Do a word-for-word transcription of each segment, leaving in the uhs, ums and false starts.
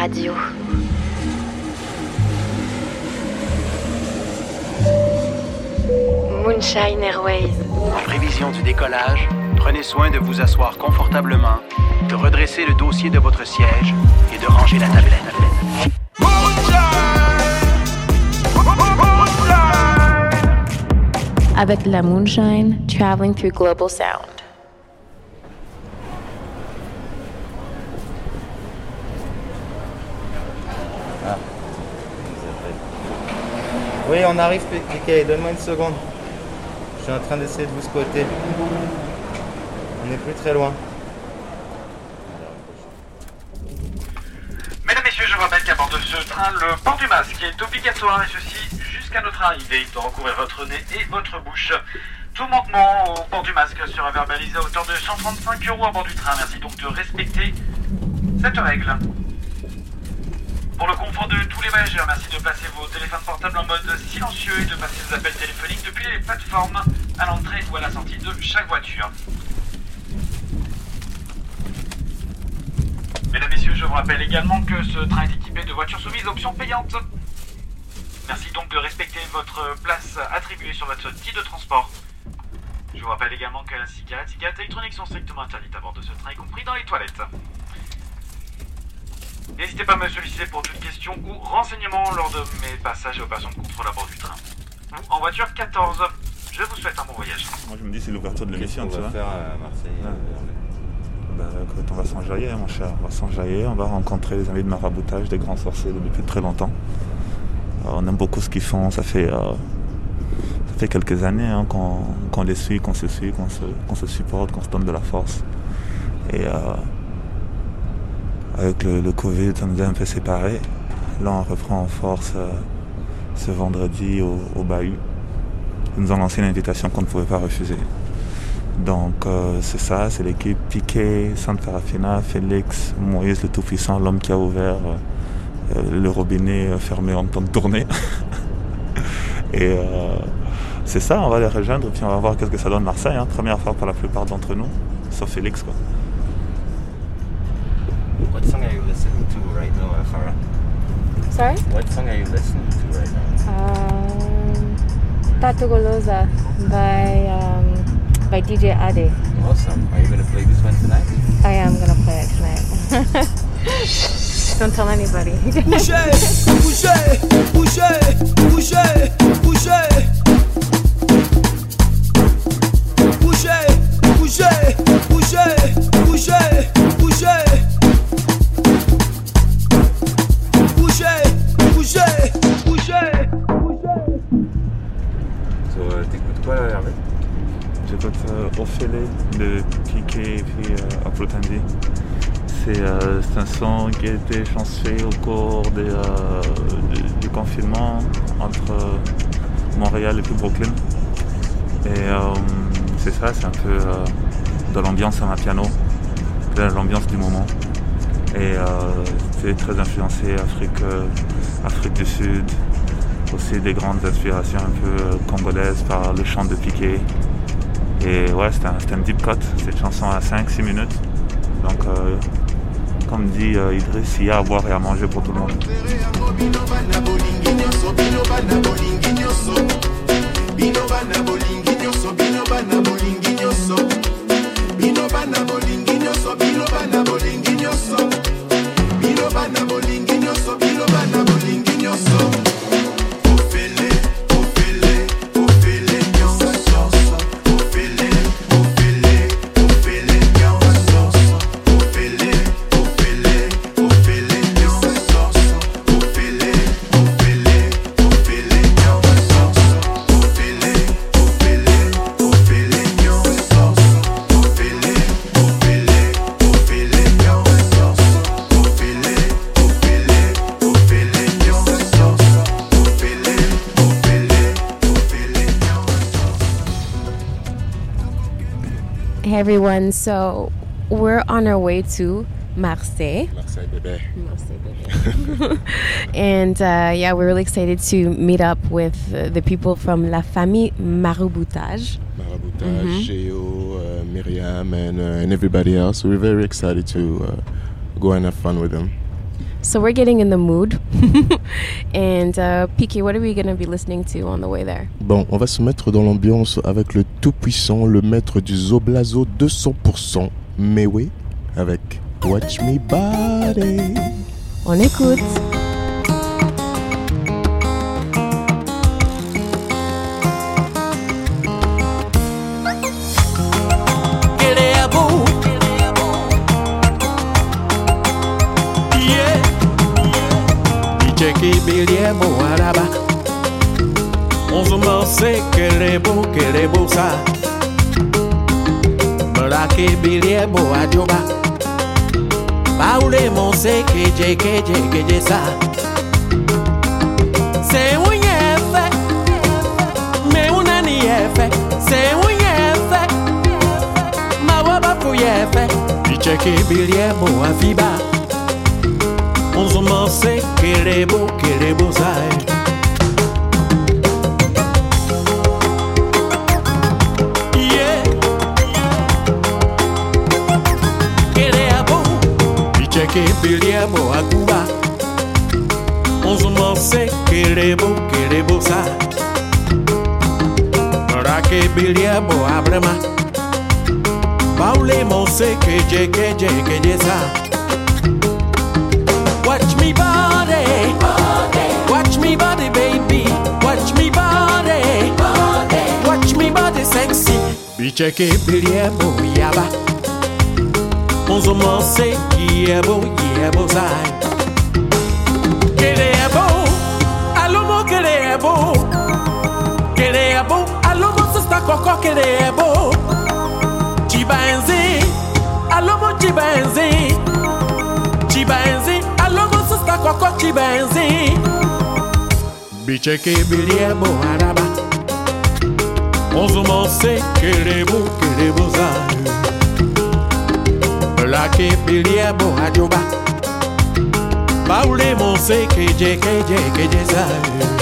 Radio. Moonshine Airways. En prévision du décollage, prenez soin de vous asseoir confortablement, de redresser le dossier de votre siège et de ranger la tablette. Avec la Moonshine, traveling through global sound. Ah. Oui, on arrive, Piqué. Donne-moi une seconde. Je suis en train d'essayer de vous spotter. On n'est plus très loin. Mesdames, Messieurs, je vous rappelle qu'à bord de ce train, le port du masque est obligatoire, et ceci jusqu'à notre arrivée. Il doit recouvrir votre nez et votre bouche. Tout manquement au port du masque sera verbalisé à hauteur de cent trente-cinq euros à bord du train. Merci donc de respecter cette règle. Pour le confort de tous les voyageurs, merci de placer vos téléphones portables en mode silencieux et de passer les appels téléphoniques depuis les plateformes à l'entrée ou à la sortie de chaque voiture. Mesdames, Messieurs, je vous rappelle également que ce train est équipé de voitures soumises options payantes. Merci donc de respecter votre place attribuée sur votre titre de transport. Je vous rappelle également que la cigarette, cigarettes électroniques sont strictement interdites à bord de ce train, y compris dans les toilettes. N'hésitez pas à me solliciter pour toute question ou renseignement lors de mes passages et opérations de contrôle à bord du train. En voiture quatorze, je vous souhaite un bon voyage. Moi je me dis c'est l'ouverture de l'émission, tu vois. Qu'est-ce qu'on va faire à Marseille? Ouais. Bah, écoute, on va s'enjailler, mon cher. On va s'enjailler, on va rencontrer les amis de maraboutage, des grands sorciers depuis très longtemps. Alors, on aime beaucoup ce qu'ils font, ça fait, euh, ça fait quelques années hein, qu'on, qu'on les suit, qu'on se suit, qu'on se, qu'on se supporte, qu'on se donne de la force. Et euh, avec le, le Covid, ça nous a un peu séparés. Là, on reprend en force euh, ce vendredi au, au Bahut. Ils nous ont lancé une invitation qu'on ne pouvait pas refuser. Donc, euh, c'est ça, c'est l'équipe Piqué, Sante Farafina, Félix, Moïse le Tout-Puissant, l'homme qui a ouvert euh, le robinet euh, fermé en temps de tournée. Et euh, c'est ça, on va les rejoindre et puis on va voir qu'est-ce que ça donne Marseille. Hein. Première fois pour la plupart d'entre nous, sauf Félix, quoi. What song are you listening to right now, Farah? Sorry? What song are you listening to right now? Um, Tatu Golosa by um, by D J Ade. Awesome. Are you going to play this one tonight? I am gonna play it tonight. Don't tell anybody. Bouger, bouger, bouger, bouger, bouger. Bouger, bouger, bouger, bouger, bouger. Bouger, bouger, bouger, bouger. So, euh, t'écoutes quoi là, Hervé? J'écoute euh, Ophélie de Piqué et puis euh, Afro-Tandy. C'est, euh, c'est un son qui a été chanté au cours des, euh, du, du confinement entre euh, Montréal et puis Brooklyn. Et euh, c'est ça, c'est un peu euh, de l'ambiance à un piano, de l'ambiance du moment. Et euh, c'est très influencé Afrique, euh, Afrique du Sud, aussi des grandes inspirations un peu euh, congolaises par le chant de Piqué. Et ouais, c'est un, c'est un deep cut, cette chanson à cinq six minutes. Donc, euh, comme dit euh, Idriss, il y a à boire et à manger pour tout le monde. Hey everyone, so we're on our way to Marseille. Marseille, bébé. Marseille, bébé. And uh, yeah, we're really excited to meet up with uh, the people from La Famille Maraboutage. Maraboutage, Mhm. Sheo, uh, Myriam, and, uh, and everybody else. We're very excited to uh, go and have fun with them. So we're getting in the mood. And uh, P K, what are we going to be listening to on the way there? Bon, on va se mettre dans l'ambiance avec le tout-puissant, le maître du Zoblazo deux cents pour cent, Mewe, avec Watch Me Body. On écoute. Bilie bo araba on se mense que beau que beau ça Barake bilie bo ajoba Baule monse que je que je que je ça C'est un effet mais on a ni effet C'est un effet ma waba pour effet Biche bilie bo afiba On se mense que beau que beau ça Yeah Que beau Biche que bilie bo akuba On se mense que beau que beau ça Rake bilie bo abrema Baule monse que je que je que je ça Watch me body, body, watch me body, baby. Watch me body, body, watch me body, sexy. Biche que bilie bo yaba. On se mense qui est beau, qui est beau ça. Qu'elle est beau, allo qu'elle est beau. Qu'elle est beau, allo c'est ta coco qu'elle est beau. Chibanzi, allo chibanzi, chibanzi. Koko chibenzi Biche que bilie bo araba On se mense que les beaux que les beaux âges La que bilie bo ajoba Baule monse que je que je que je ça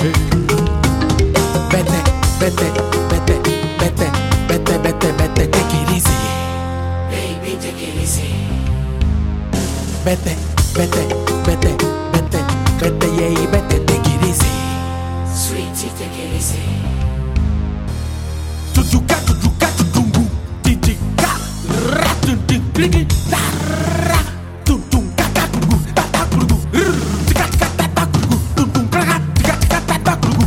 Bete bete bete bete bete bete bete take it easy Baby take it easy Bete bete bete Bete, yeah, bete, take it easy. Sweetie, take it easy. Tutuka, tutuka, tutungu, titika, ratutukliki, tara, tutunga, takugu, tatakugu, tika, tika, tatakugu, tutunga, tika, tika, tatakugu,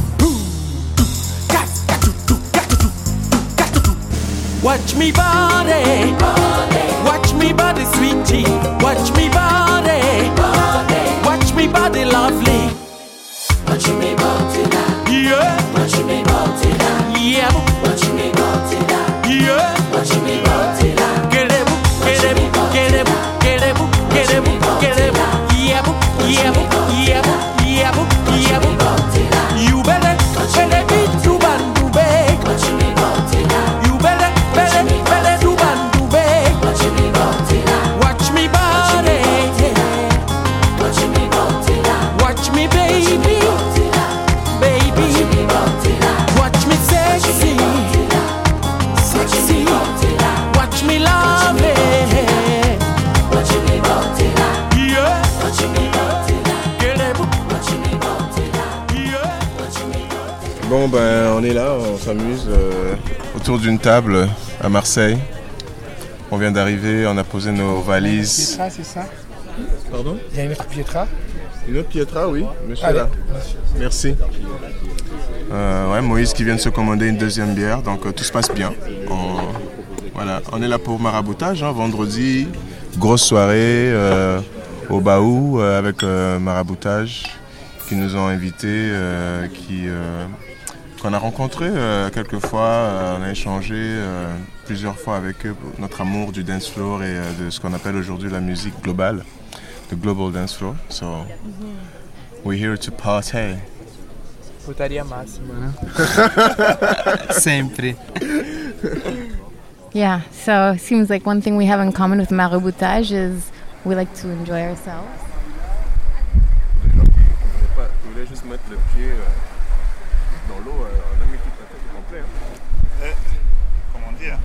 watch me body, watch me body, sweetie, watch me body, watch me body, lovely. Watch me body, yeah. Watch me body, yeah. Watch me body, yeah. Watch me body, queremos, queremos, queremos, queremos, queremos, queremos, yeah, yeah, yeah, yeah, yeah. You better, better be to bandube. Watch me body, you better, better, better do bandube. Watch me body, watch me body. Watch me baby, baby. Watch me sexy, sexy. Watch me lovely. Yeah. Bon ben on est là, on s'amuse euh, autour d'une table à Marseille. On vient d'arriver, on a posé nos valises. Pietra, c'est ça? Pardon? Il y a une autre Pietra? Une autre Pietra, oui, monsieur Allez. là. Merci. Euh, ouais, Moïse qui vient de se commander une deuxième bière, donc euh, tout se passe bien. On, voilà, on est là pour maraboutage, hein, vendredi, grosse soirée euh, au Baou euh, avec euh, maraboutage qui nous ont invités, euh, qui, euh, qu'on a rencontrés euh, quelques fois, euh, on a échangé euh, plusieurs fois avec eux, notre amour du dance floor et euh, de ce qu'on appelle aujourd'hui la musique globale. The global dance floor, so mm-hmm. we're here to party. Putaria máxima, né? Sempre. Yeah, so it seems like one thing we have in common with maraboutage is we like to enjoy ourselves. Je voulais juste mettre le pied dans l'eau, on a mis toute la tête complète. Hein. Eh, comment dire?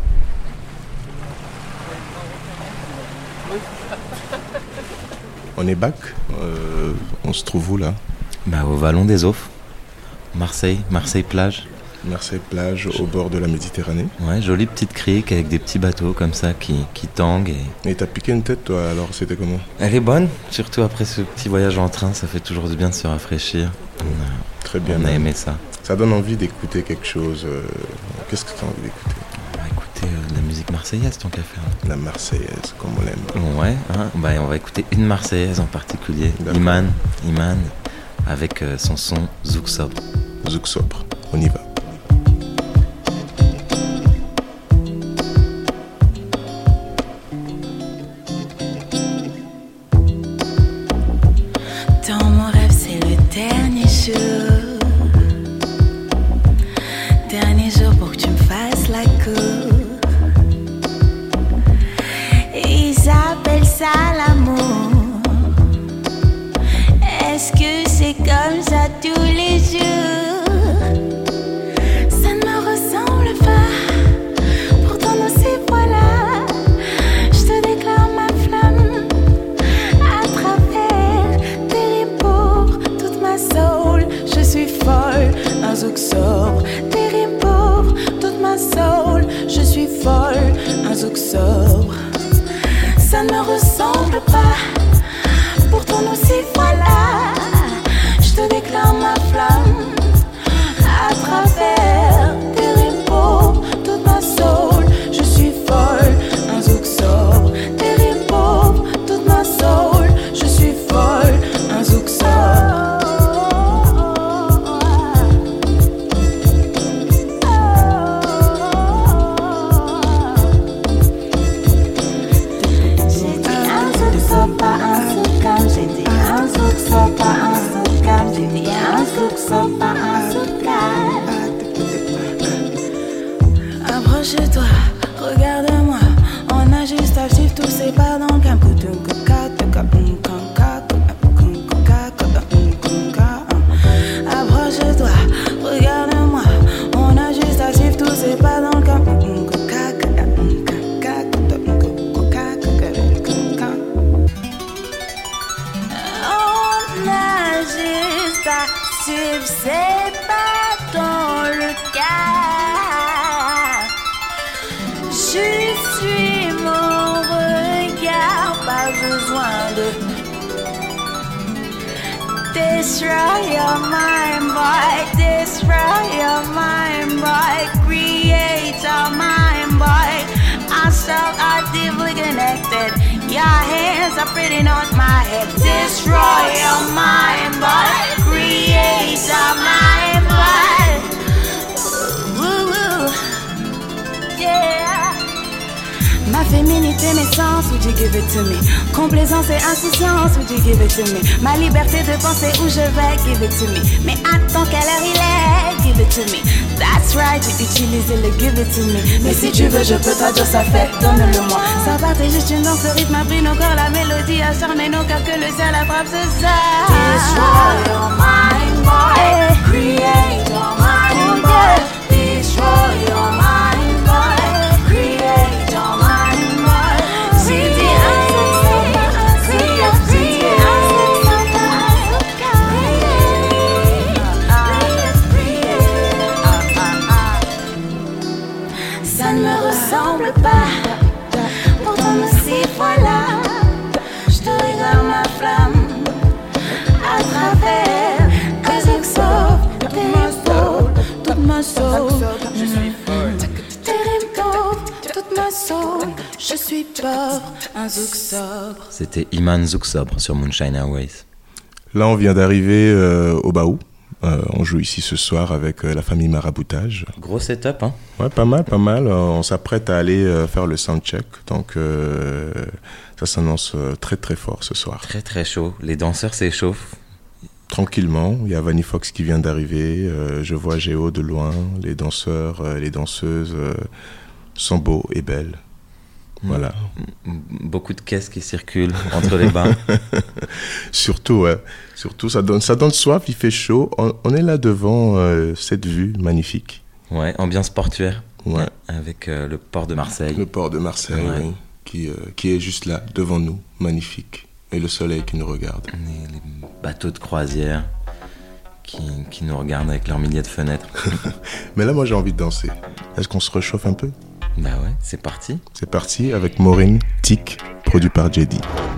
On est back. Euh, on se trouve où là? Bah, au Vallon des Aufs, Marseille, Marseille-Plage. Marseille-Plage, au bord de la Méditerranée. Ouais, jolie petite crique avec des petits bateaux comme ça qui, qui tanguent. Et... et t'as piqué une tête toi, alors c'était comment? Elle est bonne, surtout après ce petit voyage en train, ça fait toujours du bien de se rafraîchir. On a, Très bien. On a aimé ça. Ça donne envie d'écouter quelque chose. Euh... Qu'est-ce que t'as envie d'écouter? On va écouter euh, de la musique marseillaise, tant qu'à faire. La marseillaise, comme on l'aime. Ouais, hein, bah, on va écouter une marseillaise en particulier. Iman, Iman, avec euh, son son Zouk Sobre. Zouk Sobre, on y va. Dans mon rêve, c'est le dernier jour. Dernier jour pour que tu me fasses la cour. Ils appellent ça l'amour. Est-ce que c'est comme ça tous les jours? Ça ne me ressemble pas. Pourtant nous c'est voilà. Je te déclare ma flamme à travers tes rimes pauvres, toute ma soul. Je suis folle, un zouk sobre. Tes rimes pauvres, toute ma soul. Je suis folle, un zouk sobre. Ça ne me ressemble pas. Pourtant nous c'est voilà. Je te déclare ma flamme à travers tes rimes pauvres, toute ma soul. Je suis folle, un zouk sobre. Tes rimes pauvres, toute ma soul. Je suis folle, un zouk sobre. Approche-toi, regarde-moi. On a juste à suivre tous ces pas dans le camp. Approche-toi, regarde-moi. On a juste à suivre tous ces pas dans le camp. On a juste à suivre ces pas dans le cas. Je suis mon regard, pas besoin de destroy your mind, boy. Destroy your mind, boy. Create your mind, boy. I'm so actively connected. Your hands are pretty on my head. Destroy your mind, boy. Create your mind, boy. Woo, woo. Yeah. Ma féminité, mes sens, would you give it to me? Complaisance et insouciance, would you give it to me? Ma liberté de penser où je vais, give it to me. Mais attends, quelle heure il est, give it to me. That's right, j'ai utilisé le give it to me. Mais si tu veux, je peux traduire ça fait, donne-le-moi. Ça partait juste une danse, le rythme a pris nos corps, la mélodie a charmé nos cœurs, que le ciel attrape ce soir. Destroy your mind, boy. Create your mind, boy. Destroy your mind, boy. Create your mind. Ça ne me ressemble pas. Pourtant nous si voilà. Je te regarde ma flamme à travers un zouk sobre. Tes rimes pauvres, toute ma soul. Je suis folle. Tes rimes pauvres, toute ma soul. Je suis pauvre, un zouk sobre. C'était Iman Zouk Sobre sur Moonshine Airways. Là on vient d'arriver euh, au Baou. Euh, on joue ici ce soir avec euh, la famille Maraboutage. Gros setup, hein? Ouais, pas mal, pas mal. Euh, on s'apprête à aller euh, faire le soundcheck. Donc, euh, ça s'annonce euh, très, très fort ce soir. Très, très chaud. Les danseurs s'échauffent. Tranquillement. Il y a Vanny Fox qui vient d'arriver. Euh, je vois Géo de loin. Les danseurs, euh, les danseuses euh, sont beaux et belles. Voilà. Beaucoup de caisses qui circulent entre les bains. Surtout, ouais. Surtout, ça donne, ça donne soif, il fait chaud. On, on est là devant euh, cette vue magnifique. Ouais, ambiance portuaire. Ouais. Avec euh, le port de Marseille. Le port de Marseille, ouais. oui. Qui, euh, qui est juste là, devant nous. Magnifique. Et le soleil qui nous regarde. Et les bateaux de croisière qui, qui nous regardent avec leurs milliers de fenêtres. Mais là, moi, j'ai envie de danser. Est-ce qu'on se réchauffe un peu? Bah ouais, c'est parti. C'est parti avec Maureen, Tic, produit par J D.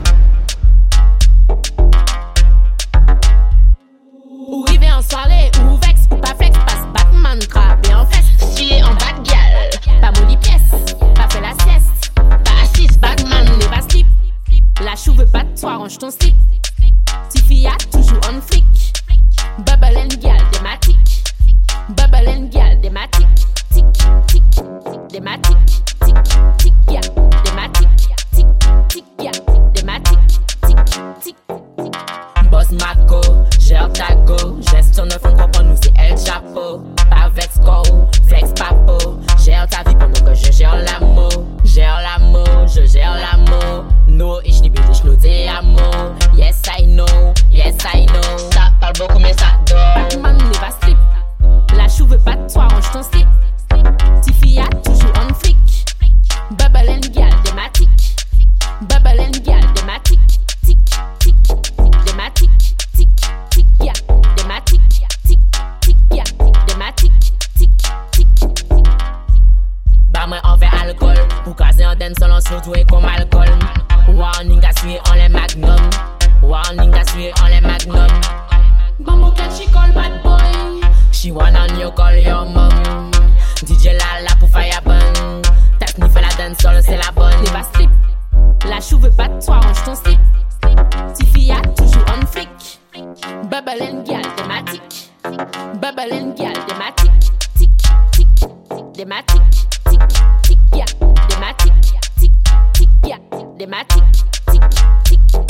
Ou river en soirée, ou vex, ou pas flex, passe Batman, trappé en fesse, stylé en bad gal, pas molly pièce, pas fait la sieste, pas assise, Batman, les bas slip, la chou veut pas de toi, range ton slip, Tiffy a toujours on flic, bubble and gal, dématique, bubble and gal, dématique, tic, tic, dématique, tic, tic, ya, dématique, tic, tic, ya, dématique, tic, tic, tic. Boss Mako, gère ta go, gestion neuf on comprend nous c'est El Chapeau, pas vex go, flex papo, gère ta vie pendant que je gère l'amour, gère l'amour, je gère l'amour, no ich liebe dich nur te amo, yes I know, yes I know, ça parle beaucoup mais ça dort, Batman ne va slip, la chou veut pas de toi, range ton slip, Tiffy a toujours on flic, bubble and gal, dématique, bubble and gal, dématique, tic, tic, dématique, tic, tic, ya, dématique, tic, tic, ya, dématique, tic, tic, tic. Bah moi on fait alcool, pour casser en dance selon surtout et comme alcool. Warning à suivre en les magnum, warning à suivre en les magnum. Bambo cat she call bad boy, she wanna you call your mom. D J Lala pour fire bun, t'as fini fait la dance solo c'est la bonne. Les bas slip, la chou veut pas de toi, range ton slip. Tiffy a toujours on flic, bubble and gal, dématique, bubble and gal, dématique, tic, tic, dématique, tic, tic, ya, dématique, tic, tic, ya, dématique, tic, tic, tic.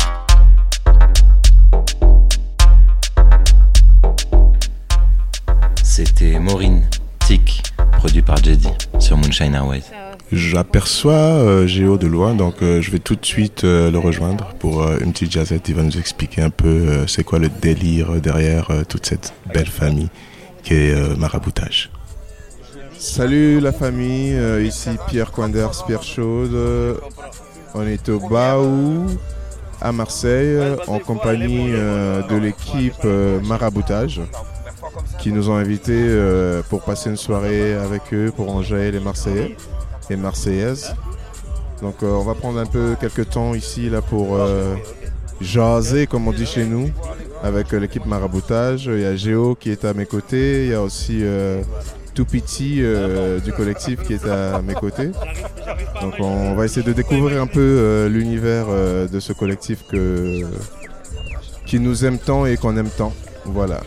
C'était Maureen, Tic, produit par J D sur Moonshine Airways. J'aperçois euh, Géo de loin, donc euh, je vais tout de suite euh, le rejoindre pour euh, une petite jazzette. Il va nous expliquer un peu euh, c'est quoi le délire derrière euh, toute cette belle famille qui est euh, Maraboutage. Salut la famille, euh, ici Pierre Quanders, Pierre Chaude. Euh, on est au Baou à Marseille euh, en compagnie euh, de l'équipe euh, Maraboutage qui nous ont invités euh, pour passer une soirée avec eux pour enjailler les Marseillais et Marseillaises. Donc euh, on va prendre un peu quelques temps ici là pour euh, jaser comme on dit chez nous avec euh, l'équipe Maraboutage. Il y a Géo qui est à mes côtés, il y a aussi euh, Tout Petit euh, du collectif qui est à mes côtés. Donc on va essayer de découvrir un peu euh, l'univers euh, de ce collectif que, qui nous aime tant et qu'on aime tant. Voilà.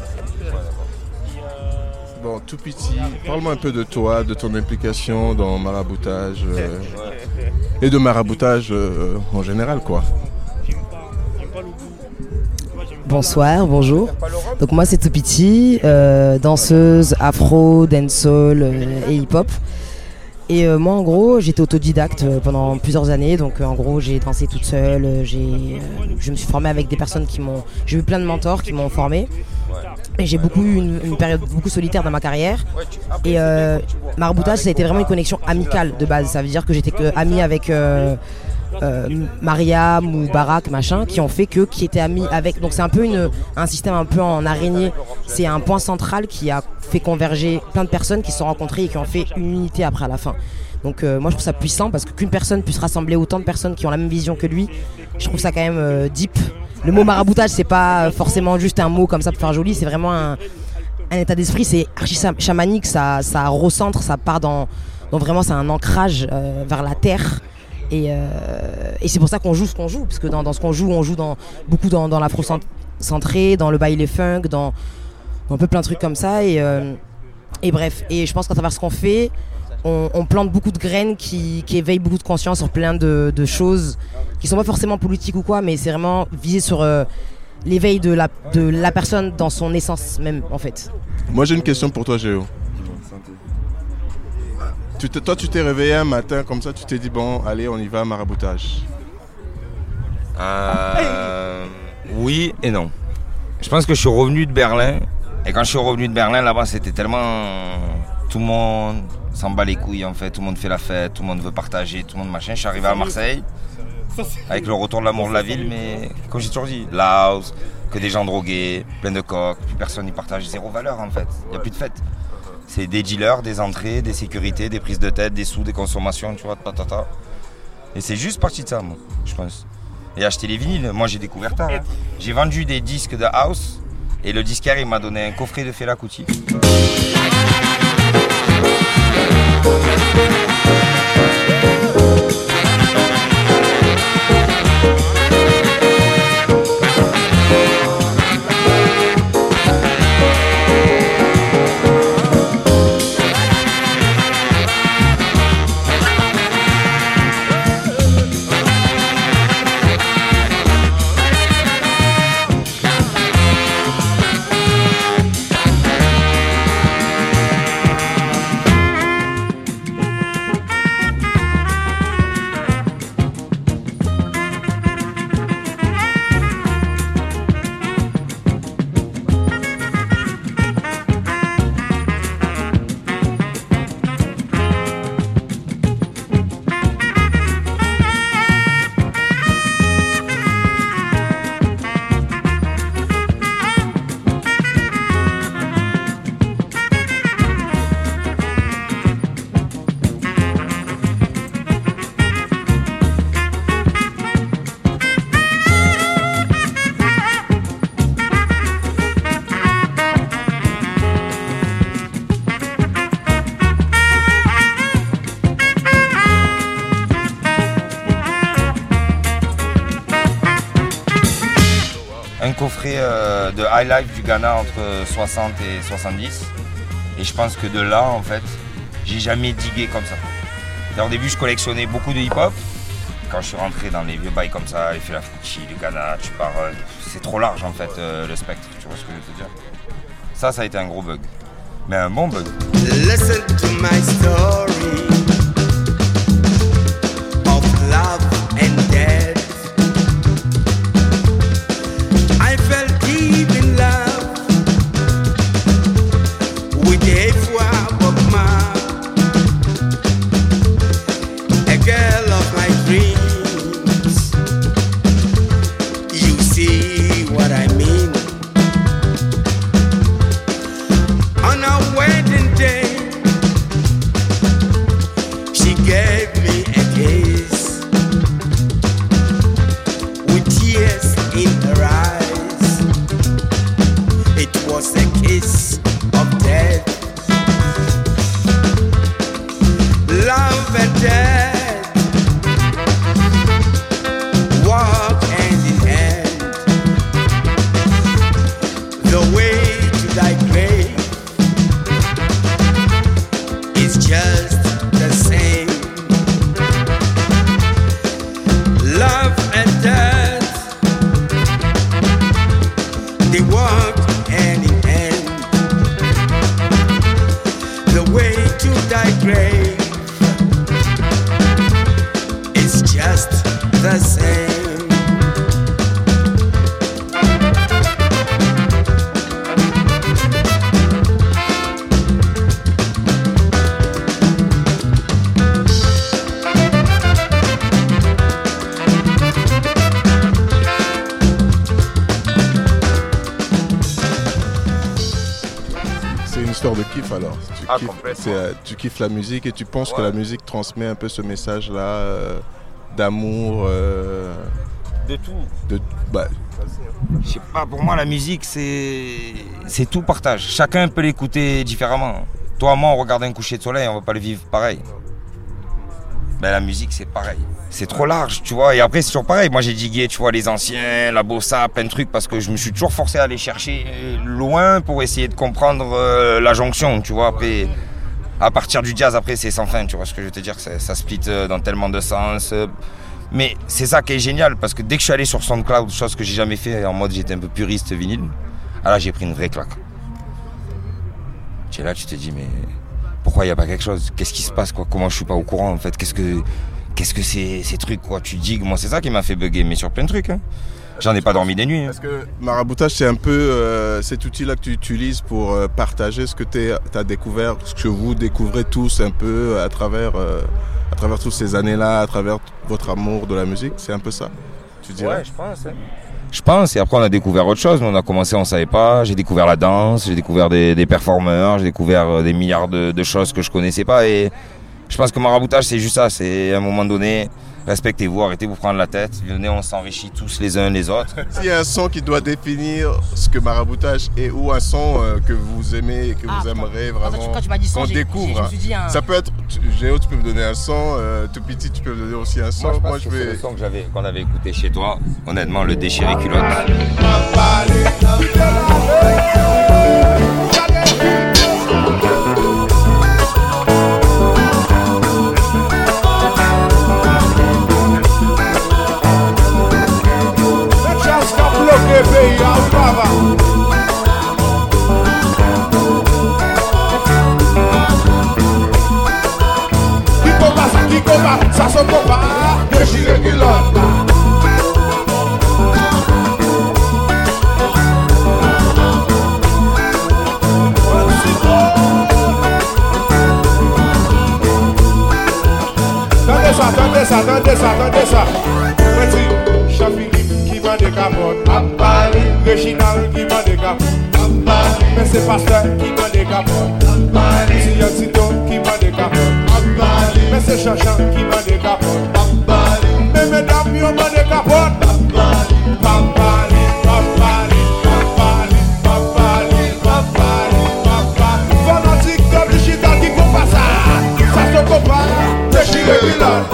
Bon, Tout Petit, parle-moi un peu de toi, de ton implication dans Maraboutage euh, et de Maraboutage euh, en général, quoi. Bonsoir, bonjour. Donc moi c'est Tout Petit, euh, danseuse afro, dancehall euh, et hip-hop. Et euh, moi en gros j'étais autodidacte euh, pendant plusieurs années, donc euh, en gros j'ai dansé toute seule, euh, j'ai, euh, je me suis formée avec des personnes qui m'ont, j'ai eu plein de mentors qui m'ont formée. Et j'ai beaucoup eu une, une période beaucoup solitaire dans ma carrière. Et euh, Maraboutage ça a été vraiment une connexion amicale de base. Ça veut dire que j'étais que amie avec euh, euh, Mariam ou Barak machin qui ont fait que qui étaient amis avec. Donc c'est un peu une, un système un peu en araignée. C'est un point central qui a fait converger plein de personnes qui se sont rencontrées et qui ont fait une unité après à la fin. Donc euh, moi je trouve ça puissant parce que qu'une personne puisse rassembler autant de personnes qui ont la même vision que lui, je trouve ça quand même euh, deep. Le mot maraboutage c'est pas forcément juste un mot comme ça pour faire joli, c'est vraiment un, un état d'esprit, c'est archi chamanique, ça, ça recentre, ça part dans, dans vraiment c'est un ancrage euh, vers la terre. Et, euh, et c'est pour ça qu'on joue ce qu'on joue, parce que dans, dans ce qu'on joue, on joue dans, beaucoup dans, dans l'afro-centré, dans le baile funk, dans, dans un peu plein de trucs comme ça. Et, euh, et bref, et je pense qu'à travers ce qu'on fait, on, on plante beaucoup de graines qui, qui éveillent beaucoup de conscience sur plein de, de choses qui sont pas forcément politiques ou quoi, mais c'est vraiment visé sur euh, l'éveil de la, de la personne dans son essence même, en fait. Moi j'ai une question pour toi, Géo. Tu te, toi tu t'es réveillé un matin comme ça, tu t'es dit bon allez on y va Maraboutage. Euh, oui et non. Je pense que je suis revenu de Berlin et quand je suis revenu de Berlin là-bas c'était tellement tout le monde s'en bat les couilles en fait, tout le monde fait la fête, tout le monde veut partager, tout le monde machin. Je suis arrivé à Marseille avec le retour de l'amour de la ville, mais comme j'ai toujours dit, la house, que des gens drogués, plein de coques, plus personne n'y partage, zéro valeur en fait, il n'y a plus de fête. C'est des dealers, des entrées, des sécurités, des prises de tête, des sous, des consommations, tu vois, tatata. Et c'est juste parti de ça, moi, je pense. Et acheter les vinyles, moi j'ai découvert tard. Hein. J'ai vendu des disques de house et le disquaire il m'a donné un coffret de Fela Kuti. Un coffret euh, de High Life du Ghana entre soixante et soixante-dix. Et je pense que de là, en fait, j'ai jamais digué comme ça. Alors, au début, je collectionnais beaucoup de hip-hop. Quand je suis rentré dans les vieux bails comme ça, les Fela Kuti, le Ghana, tu pars, euh, c'est trop large en fait euh, le spectre, tu vois ce que je veux te dire. Ça, ça a été un gros bug. Mais un bon bug. Listen to my story of love and death. I fell deep in love with a Bob a girl of my dreams. You see what I mean? On our wedding day, she gave me a kiss with tears in her eyes. It was a kiss of death. Love and death walk hand in hand. The way to thy grave is just the same. Love and death, they walk hand in hand. The way to thy grave is just the same. C'est une histoire de kiff alors. Tu, Ah, kiffes, complètement. c'est, euh, tu kiffes la musique et tu penses que Ouais. la musique transmet un peu ce message-là euh, d'amour. euh, De tout. de, bah, Je sais pas, pour moi la musique c'est c'est tout partage. Chacun peut l'écouter différemment. Toi, moi, on regarde un coucher de soleil, on va pas le vivre pareil. Ben la musique c'est pareil. C'est trop large, tu vois. Et après c'est toujours pareil. Moi j'ai digué, tu vois, les anciens, la bossa, plein de trucs parce que je me suis toujours forcé à aller chercher loin pour essayer de comprendre euh, la jonction, tu vois. Après, à partir du jazz, après c'est sans fin, tu vois ce que je veux te dire. Ça, ça split euh, dans tellement de sens. euh. Mais c'est ça qui est génial parce que dès que je suis allé sur SoundCloud, chose que j'ai jamais fait en mode j'étais un peu puriste vinyle, ah là j'ai pris une vraie claque. Tu es là, tu te dis mais pourquoi il n'y a pas quelque chose? Qu'est-ce qui se passe quoi? Comment je suis pas au courant en fait? Qu'est-ce que qu'est-ce que c'est ces trucs quoi? Tu digues, moi c'est ça qui m'a fait bugger, mais sur plein de trucs. Hein. J'en ai pas dormi des nuits. Hein. Parce que Maraboutage, c'est un peu euh, cet outil-là que tu utilises pour euh, partager ce que tu as découvert, ce que vous découvrez tous un peu à travers euh, à travers toutes ces années-là, à travers votre amour de la musique, c'est un peu ça, tu dirais? Ouais, je pense. Hein. Je pense, et après on a découvert autre chose. Nous, on a commencé, on savait pas. J'ai découvert la danse, j'ai découvert des, des performeurs, j'ai découvert des milliards de, de choses que je connaissais pas. Et je pense que maraboutage, c'est juste ça. C'est à un moment donné, respectez-vous, arrêtez de vous prendre la tête. Venez, on s'enrichit tous les uns les autres. S'il y a un son qui doit définir ce que maraboutage est, ou un son euh, que vous aimez et que ah, vous aimeriez vraiment quand tu, quand tu m'as dit son, qu'on j'ai, découvre. j'ai, j'ai, j'ai un... Ça peut être, Géo, tu peux me donner un son, euh, tout petit, tu peux me donner aussi un son. Moi, je, Moi, je que vais... c'est le son que j'avais, qu'on avait écouté chez toi. Honnêtement, le déchiré culotte. Ça se peut pas, déchirer culotte. Tendez ça, tendez ça, tendez ça, tendez ça. Petit, Jean-Philippe qui vend des capotes. Réginald qui vend des capotes. Mais c'est Pasteur qui vend des capotes. C'est Yancito qui vend des capotes. Mais c'est Chachan qui vend des capotes. Mais mesdames, ils vendent des capotes. Papali, papali, papali, papali, papali, papali. Fanatique de digital qui combat ça. Ça se combat, déchiré culotte.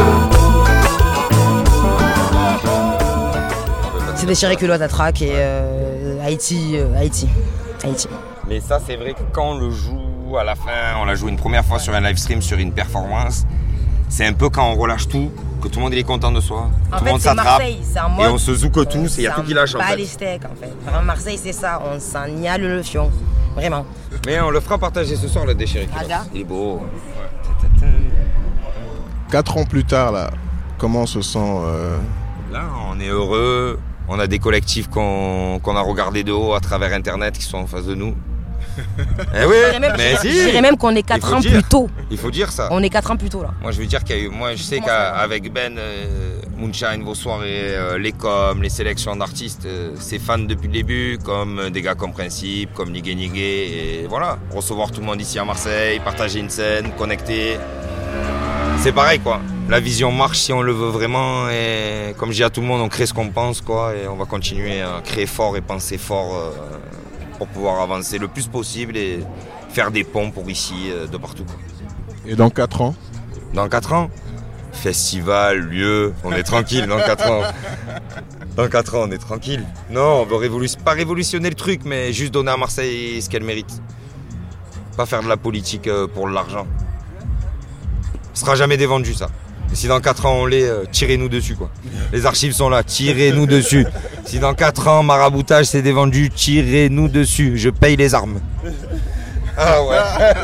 C'est déchiré culotte à track et euh, Haïti, euh, Haïti, Haïti. Mais ça, c'est vrai que quand on le joue à la fin, on l'a joué une première fois sur un live stream, sur une performance. C'est un peu quand on relâche tout, que tout le monde il est content de soi, en tout fait, le monde s'attrape et on se zouk tous et il y a tout qui lâche en fait. Pas les steaks en fait. Vraiment, Marseille c'est ça, on signale le fion, vraiment. Mais on le fera partager ce soir le déchiré culotte. Ah, il est beau. Quatre ans plus tard là, comment on se sent euh... Là, on est heureux. On a des collectifs qu'on, qu'on a regardés de haut à travers internet qui sont en face de nous. Eh oui, je même, mais je, si. Je dirais même qu'on est quatre ans dire. plus tôt. Il faut dire ça. On est quatre ans plus tôt là. Moi je veux dire qu'il y a eu, moi je sais qu'avec Ben, euh, Moonshine, vos soirées, euh, les coms, les sélections d'artistes, euh, c'est fan depuis le début, comme euh, des gars comme Principe, comme Nigué Nigué, et voilà. Recevoir tout le monde ici à Marseille, partager une scène, connecter. C'est pareil quoi. La vision marche si on le veut vraiment et comme je dis à tout le monde, on crée ce qu'on pense quoi et on va continuer à créer fort et penser fort euh, pour pouvoir avancer le plus possible et faire des ponts pour ici euh, de partout quoi. Et dans quatre ans? Dans quatre ans, festival, lieu, on est tranquille dans quatre ans. Dans quatre ans, on est tranquille. Non, on veut révolutionner, pas révolutionner le truc, mais juste donner à Marseille ce qu'elle mérite. Pas faire de la politique euh, pour l'argent. Ce sera jamais dévendu ça. Et si dans quatre ans on l'est, euh, tirez-nous dessus quoi. Les archives sont là, tirez-nous dessus. Si dans quatre ans maraboutage c'est dévendu, tirez-nous dessus. Je paye les armes. Ah ouais.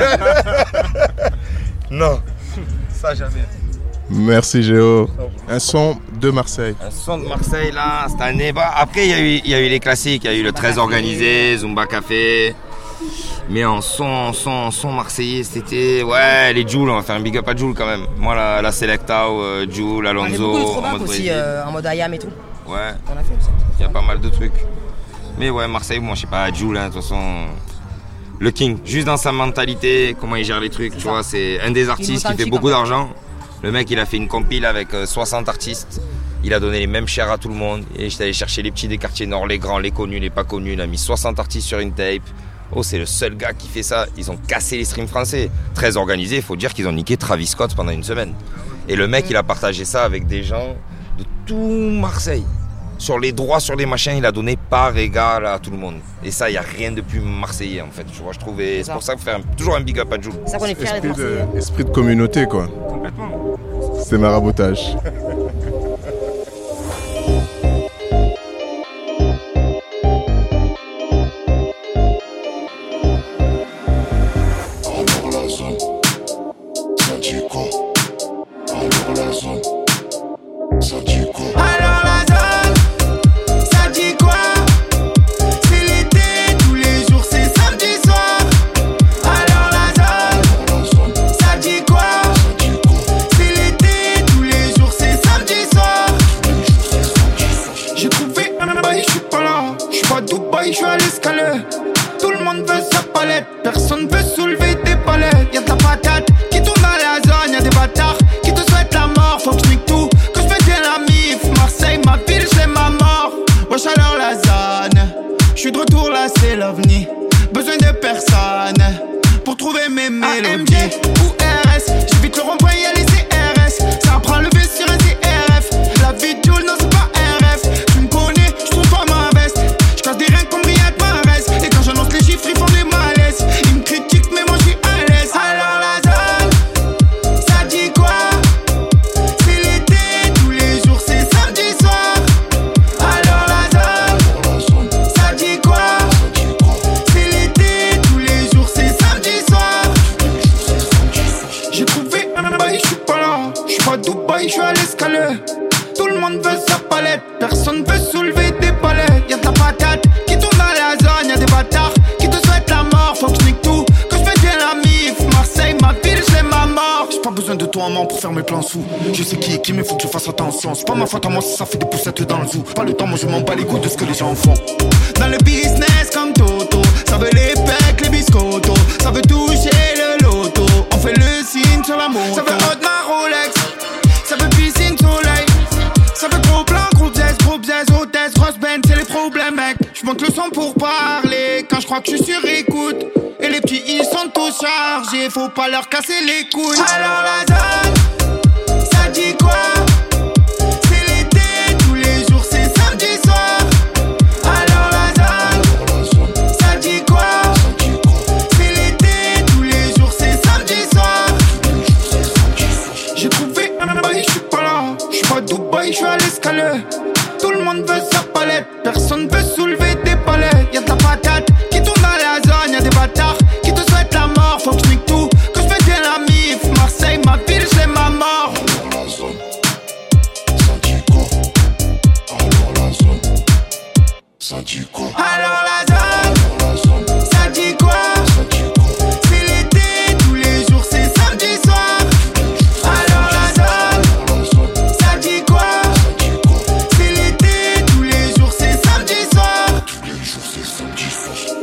Non, ça jamais. Merci Géo. Un son de Marseille. Un son de Marseille là, cette année. Bah, après il y a eu, il y a eu les classiques, il y a eu le treize organisé, Zumba Café. Mais en son, en son, en son marseillais, c'était... Ouais, les Jules, on va faire un big up à Jules quand même. Moi, la, la Selecta, euh, Jules, Alonso... Il y a beaucoup de throwback aussi, euh, en mode I A M et tout. Ouais, on a fait ça. Il y a pas mal de trucs. Mais ouais, Marseille, moi, je sais pas, Jules, hein, de toute façon... Le King, juste dans sa mentalité, comment il gère les trucs, c'est tu ça. Vois, c'est un des artistes qui fait beaucoup d'argent. Le mec, il a fait une compile avec euh, soixante artistes. Il a donné les mêmes chairs à tout le monde. Et j'étais allé chercher les petits des quartiers nord, les grands, les connus, les pas connus. Il a mis soixante artistes sur une tape. Oh, c'est le seul gars qui fait ça. Ils ont cassé les streams français. Très organisé, il faut dire qu'ils ont niqué Travis Scott pendant une semaine. Et le mec, il a partagé ça avec des gens de tout Marseille. Sur les droits, sur les machins, il a donné part égal à tout le monde. Et ça, il n'y a rien de plus marseillais en fait. Tu vois, je trouvais. C'est, c'est pour ça qu'il faut faire un, toujours un big up à Jules. C'est ça qu'on est fiers d'être marseillais. De, esprit de communauté, quoi. Complètement. C'est maraboutage. C'est l'été Dubaï, je suis à l'escalier. Tout le monde veut sa palette, personne veut soulever des palettes. Y'a de la patate qui tourne dans la zone, y'a des bâtards qui te souhaitent la mort. Faut que je nique tout, que je fais bien la mif. Marseille, ma ville, j'ai ma mort. Wesh alors la zone, je suis de retour là, c'est l'ovni. Besoin de personne pour trouver mes mélodies. A M G ou R S, j'évite le rond-point, y'a les C R S. Ça prend le V sur un C R F. La vie de Jules, non c'est pas un rêve. Tu me connais, j'trouve pas ma veste. J'casse des reins comme Riyad Mahrez. Et quand j'annonce les chiffres, ils font des malaises. Ils me critiquent mais moi j'suis à l'aise. Alors la zone, ça dit quoi? C'est l'été, tous les jours c'est samedi soir. Alors la zone, ça dit quoi? C'est l'été, tous les jours c'est samedi soir. J'ai trouvé un bail, j'suis pas là. J'suis pas à Dubaï, j'suis à l'escalier. Tout le monde veut sa palette, personne veut soulever des palettes. Y'a de la patate qui tourne dans la zone, y'a des bâtards qui te souhaitent la mort. Faut que je nique tout, que je fais bien la mif. Marseille, ma ville, j'ai ma mort. J'ai pas besoin de toi, maman, pour faire mes plans sous. Je sais qui est qui, mais faut que je fasse attention. C'est pas ma faute à moi si ça fait des poussettes dans le zoo. Pas le temps, moi je m'en bats les couilles de ce que les gens font. Dans le business comme Toto, ça veut les pecs, les biscottos. Ça veut toucher le loto, on fait le signe sur la moto. Ça veut hot ma Rolex, ça veut piscine soleil. Ça veut gros plan, gros dièse, gros biaise, hôtesse, grosse benne, c'est les problèmes mec. J'monte le son pour parler, quand j'crois que j'suis sur écoute. Et les petits ils sont tous chargés, faut pas leur casser les couilles. Alors la zone, ça dit quoi? C'est l'été, tous les jours c'est samedi soir. Alors la zone, ça dit quoi? C'est l'été, tous les jours c'est samedi soir. J'ai trouvé un bail, j'suis pas là. J'suis pas à Dubaï, j'suis à l'escalier. Tout le monde veut sa palette, personne veut soulever des palettes. Y'a de la patate qui tourne dans la zone, y'a des bâtards qui te souhaitent la mort. Faut que je nique tout, que je fais bien la mif. Marseille, ma ville, j'ai ma mort. Alors la zone, ça dit quoi? Alors la zone, ça dit quoi? Alors la zone, ça dit quoi? C'est l'été, tous les jours c'est samedi soir. Alors la zone, ça dit quoi? C'est l'été, tous les jours c'est samedi soir. Tous les jours c'est samedi soir.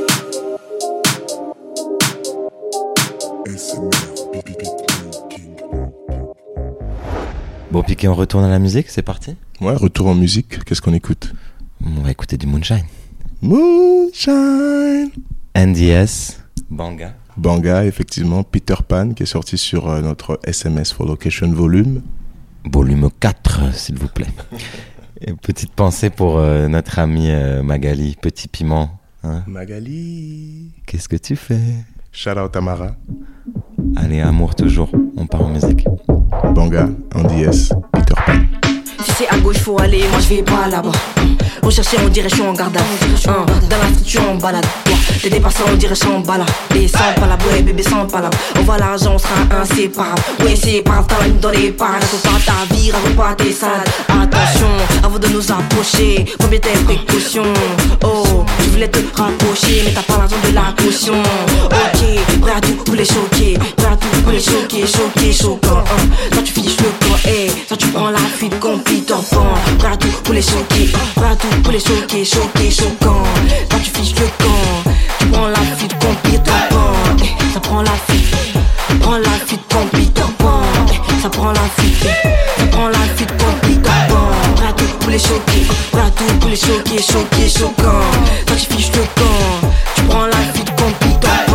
Bon, Piqué, on retourne à la musique, c'est parti? Ouais, retour en musique. Qu'est-ce qu'on écoute? On va écouter du Moonshine. Moonshine. N D S, Banga. Banga, effectivement. Peter Pan, qui est sorti sur euh, notre S M S for Location volume. Volume quatre, s'il vous plaît. Et petite pensée pour euh, notre amie euh, Magali, Petit Piment. Hein? Magali. Qu'est-ce que tu fais? Shout out Tamara. Allez, amour toujours. On part en musique. Banga, N D S, Peter Pan. Si c'est à gauche faut aller, moi je vais pas là-bas. Rechercher en direction en garde à vue. Dans la structure en balade. T'es dépassant en direction en balade. Et sans palabre, ouais bébé sans palabre. On voit l'argent, on sera inséparable. Ouais c'est pas grave, t'as la dans les parages. Raconte pas ta vie, raconte pas tes salades. Attention, avant de nous approcher, faut bien tes précautions. Oh, tu voulais te rapprocher, mais t'as pas l'argent de la caution. Ok, prêt à tout pour les choquer. Prêt à tout pour les choquer, choquer, choquant. Toi tu finis le corps, eh. Toi tu prends la fuite comme Peter Pan. Prêt à tout pour les choquer. Prêt à tout pour les choquer, choquer, choquant. Toi tu fiches le camp. Tu prends la fuite comme Peter Pan. Eh, ça prend la fuite. Prends la fuite comme Peter Pan. Eh, ça prend la fuite. Ça prend la fuite comme Peter Pan. Prêt à tout pour les choquer. Prêt à tout pour les choquer, choquer, choquant. Toi tu fiches le camp. Tu prends la fuite comme Peter Pan.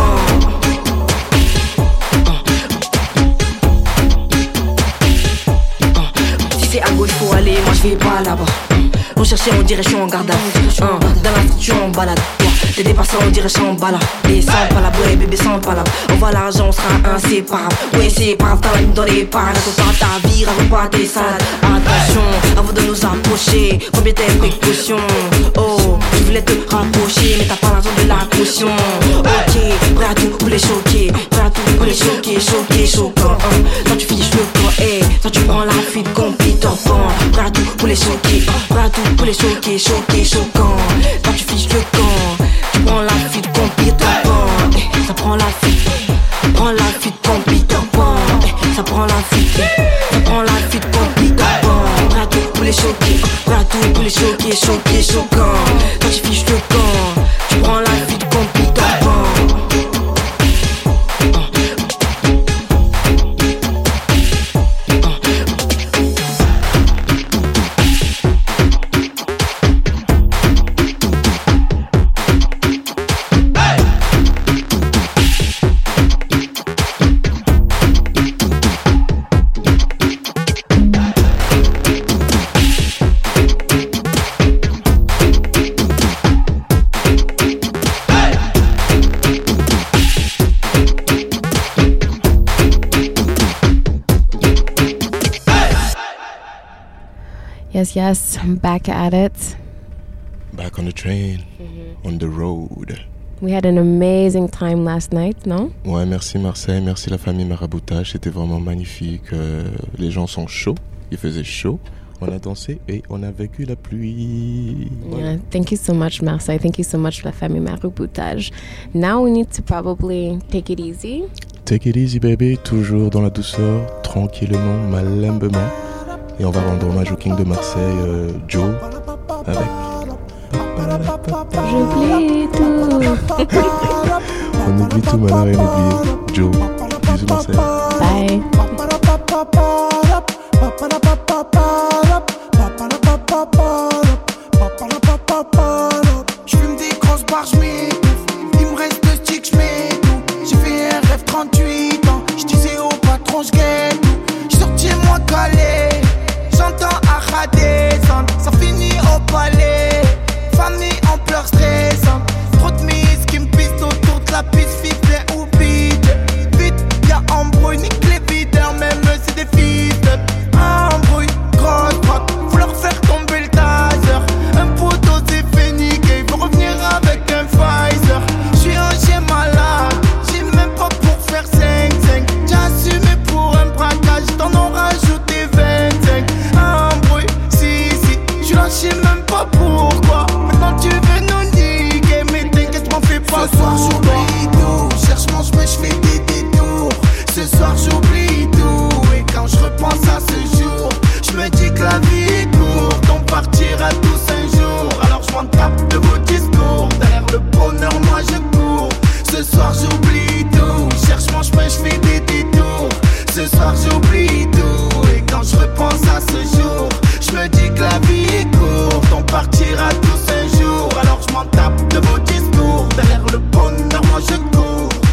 À gauche faut aller, moi je vais pas là-bas. Rechercher en direction en garde à vue. Dans la structure en balade. T'es dépassant en direction en balade. Et sans palabre, ouais bébé sans palabre. On voit l'argent, on sera inséparable. Ouais c'est pas grave, t'as la ligne dans les parages. Raconte pas ta vie, raconte pas tes salades. Attention, avant de nous approcher, faut bien tes précautions. Oh, tu voulais te rapprocher, mais t'as pas l'argent de la caution. Ok, prêt à tout pour les choquer. Prêt à tout pour les choquer, choquer, choquant. Toi tu finis le corps, eh. Toi tu prends la fuite comme Peter Pan. Prêt à tout pour les choquer. Prêt à tout pour les choquer, choquer, choquant. Toi tu fiches le camp. Tu prends la fuite comme Peter Pan. Eh, ça prend la fuite. Prends la fuite comme Peter Pan. Eh, ça prend la fuite. Ça prend la fuite comme Peter Pan. Prêt à tout pour les choquer. Prêt à tout pour les choquer, choquer, choquant. Toi tu fiches le camp. yes, yes. Back at it. Back on the train, mm-hmm. on the road. We had an amazing time last night, non? Ouais, merci Marseille, merci la famille Maraboutage, c'était vraiment magnifique. Euh, les gens sont chauds, il faisait chaud. On a dansé et on a vécu la pluie. Voilà. Yeah, thank you so much, Marseille. Thank you so much, la famille Maraboutage. Now we need to probably take it easy. Take it easy, baby. Toujours dans la douceur, tranquillement, malambement. Et on va rendre hommage au King de Marseille, euh, Joe, avec... J'oublie tout. On oublie tout, maintenant rien oublié. Joe, bisous Marseille. Bye. J'fume des grosses barres, j'm'étouffe. Il me reste deux sticks, j'm'étouffe. J'ai fait un rêve trente-huit ans. J'disais au patron, j'guette tout. J'sortis moi calé. J'entends Aha descendre. Ça finit au palais. Famille en pleurs stressant. Trop de mises qui me pistent autour de la piste. Ficelé ou vide. Vite, y'a embrouille, nique les videurs. Même c'est des fils de embrouille. Grosse droite, faut leur faire tomber le taser. Un poteau s'est fait niquer. Il faut revenir avec un Pfizer. J'suis un chien malade. J'ai même pas pour faire cinq cinq. J'ai assumé pour un braquage. T'en as rajouté vingt-cinq. Embrouille, si si. J'suis là, j'sais même pas pourquoi. Maintenant tu veux nous niquer. Mais t'inquiète, m'en fais pas. Ce soir j'oublie tout. Cherche mon chemin, j'fais des détours. Ce soir j'oublie tout. Et quand je repense à ce jour, je me dis que la vie est courte. On partira tous un jour. Alors je m'en tape de vos discours. Derrière le bonheur, moi je cours. Ce soir j'oublie tout. Cherche mon chemin, je fais des détours. Ce soir j'oublie tout. Et quand je repense à ce jour, je me dis que la vie est courte. On partira tous un jour. Alors je m'en tape de vos discours. Derrière le bonheur, moi je cours.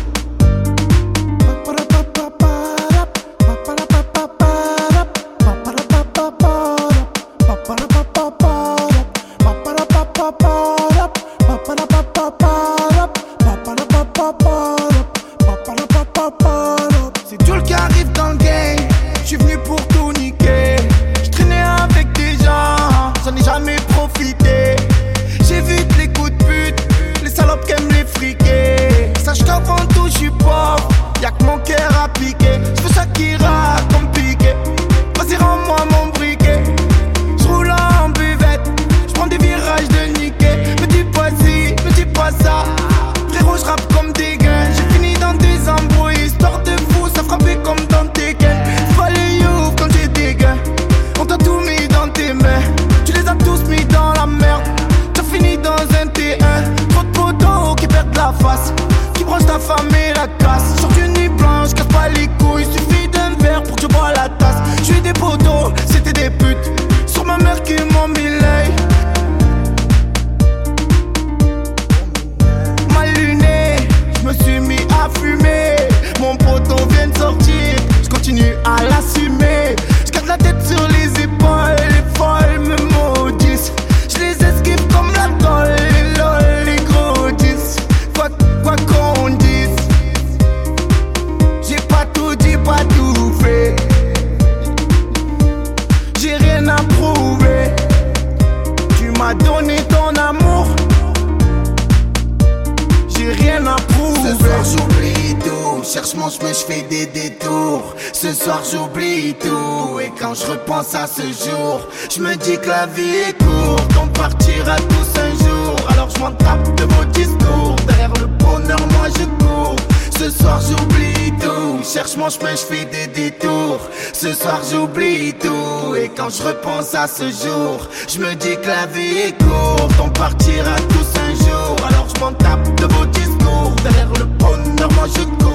C'est Jules qui arrive dans le game. J'suis venu pour tout niquer. J'traînais avec des gens, j'en ai jamais profité. J'évite les coups de pute, les salopes qui aiment les friquer. Sache qu'avant tout j'suis pauvre, y'a que mon cœur à piquer. J'veux ça qui rate comme piqué. Vas-y rends-moi mon briquet. J'roule en buvette, j'prends des virages de niquer. Me dis pas si, me dis pas ça. Frérot j'rappe comme des gains. J'ai fini dans des embrouilles, histoire de fou, ça frappait comme dans tes gains. C'est pas les youths quand j'ai des gains. On t'a tout mis dans tes mains. Tu les as tous mis dans la merde. T'as fini dans un T un. Trop de potos qui perdent la face, qui branchent ta femme et la casse. Sur une nuit blanche, casse pas les couilles. Suffit d'un verre pour que tu bois la tasse. J'suis des potos, c'était des putes. Sur ma mère qui m'ont mis l'œil. Mal luné, j'me suis mis à fumer. Mon poteau vient de sortir, j'continue à l'assumer. J'garde la tête sur les épaules, les folles me maudissent. J'les esquive comme la colle, les lol, les gros dix. Quoi, quoi qu'on dise, j'ai pas tout dit, pas tout fait. J'ai rien à prouver. Tu m'as donné ton amour, j'ai rien à prouver. Ce soir j'oublie tout, cherche mon chemin, j'fais des détours. Ce soir j'oublie tout. Et quand je repense à ce jour, je me dis que la vie est courte. On partira tous un jour. Alors je m'en tape de vos discours. Derrière le bonheur, moi je cours. Ce soir j'oublie tout, cherche mon chemin, j'fais des détours. Ce soir j'oublie tout. Et quand je repense à ce jour, je me dis que la vie est courte. On partira tous un jour. Alors je m'en tape de vos discours. Derrière le bonheur, moi je cours.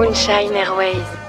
Moonshine Airways.